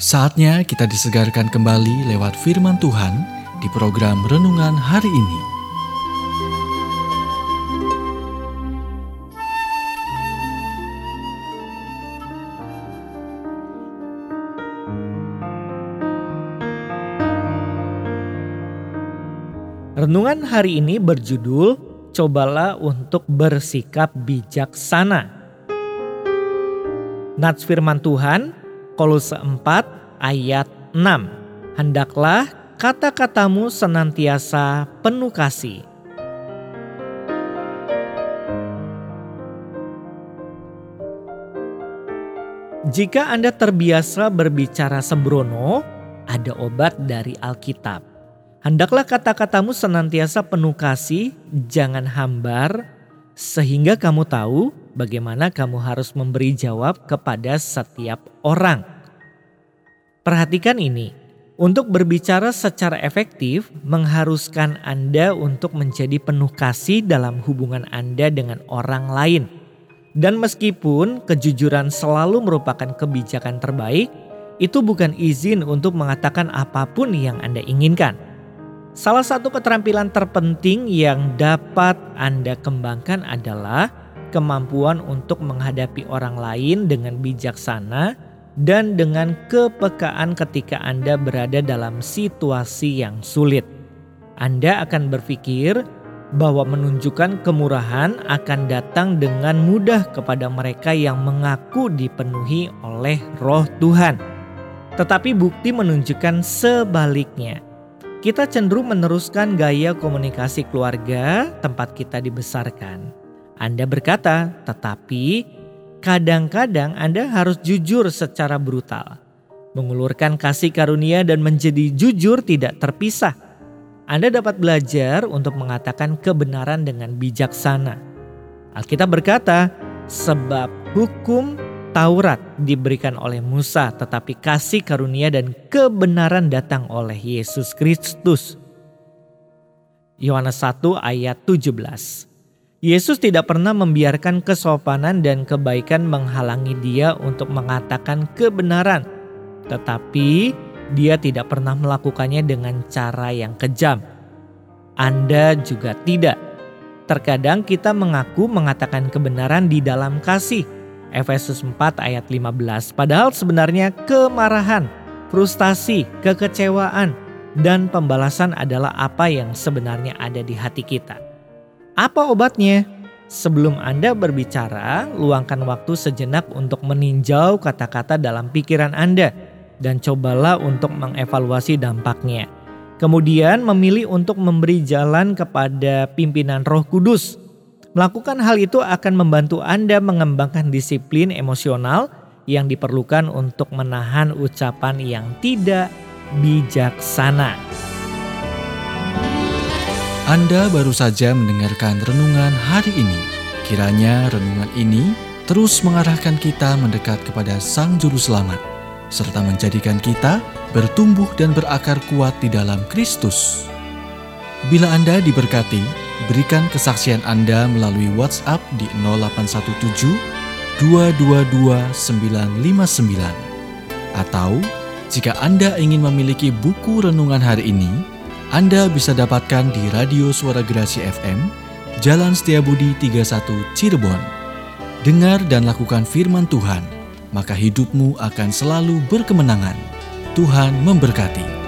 Saatnya kita disegarkan kembali lewat firman Tuhan di program Renungan Hari ini. Renungan hari ini berjudul Cobalah untuk bersikap bijaksana. Nats firman Tuhan Kolose 4 ayat 6. Hendaklah kata-katamu senantiasa penuh kasih. Jika Anda terbiasa berbicara sembrono, ada obat dari Alkitab. Hendaklah kata-katamu senantiasa penuh kasih, jangan hambar, sehingga kamu tahu bagaimana kamu harus memberi jawab kepada setiap orang. Perhatikan ini, untuk berbicara secara efektif mengharuskan Anda untuk menjadi penuh kasih dalam hubungan Anda dengan orang lain. Dan meskipun kejujuran selalu merupakan kebijakan terbaik, itu bukan izin untuk mengatakan apapun yang Anda inginkan. Salah satu keterampilan terpenting yang dapat Anda kembangkan adalah kemampuan untuk menghadapi orang lain dengan bijaksana dan dengan kepekaan ketika Anda berada dalam situasi yang sulit. Anda akan berpikir bahwa menunjukkan kemurahan akan datang dengan mudah kepada mereka yang mengaku dipenuhi oleh Roh Tuhan. Tetapi bukti menunjukkan sebaliknya. Kita cenderung meneruskan gaya komunikasi keluarga tempat kita dibesarkan. Anda berkata, tetapi kadang-kadang Anda harus jujur secara brutal. Mengulurkan kasih karunia dan menjadi jujur tidak terpisah. Anda dapat belajar untuk mengatakan kebenaran dengan bijaksana. Alkitab berkata, sebab hukum Taurat diberikan oleh Musa, tetapi kasih karunia dan kebenaran datang oleh Yesus Kristus. Yohanes 1 ayat 17. Yesus tidak pernah membiarkan kesopanan dan kebaikan menghalangi dia untuk mengatakan kebenaran. Tetapi dia tidak pernah melakukannya dengan cara yang kejam. Anda juga tidak. Terkadang kita mengaku mengatakan kebenaran di dalam kasih. Efesus 4 ayat 15. Padahal sebenarnya kemarahan, frustasi, kekecewaan, dan pembalasan adalah apa yang sebenarnya ada di hati kita. Apa obatnya? Sebelum Anda berbicara, luangkan waktu sejenak untuk meninjau kata-kata dalam pikiran Anda dan cobalah untuk mengevaluasi dampaknya. Kemudian memilih untuk memberi jalan kepada pimpinan Roh Kudus. Melakukan hal itu akan membantu Anda mengembangkan disiplin emosional yang diperlukan untuk menahan ucapan yang tidak bijaksana. Anda baru saja mendengarkan renungan hari ini. Kiranya renungan ini terus mengarahkan kita mendekat kepada Sang Juru Selamat, serta menjadikan kita bertumbuh dan berakar kuat di dalam Kristus. Bila Anda diberkati, berikan kesaksian Anda melalui WhatsApp di 0817 222 959. Atau jika Anda ingin memiliki buku renungan hari ini, Anda bisa dapatkan di Radio Suara Gerasi FM, Jalan Setiabudi 31 Cirebon. Dengar dan lakukan firman Tuhan, maka hidupmu akan selalu berkemenangan. Tuhan memberkati.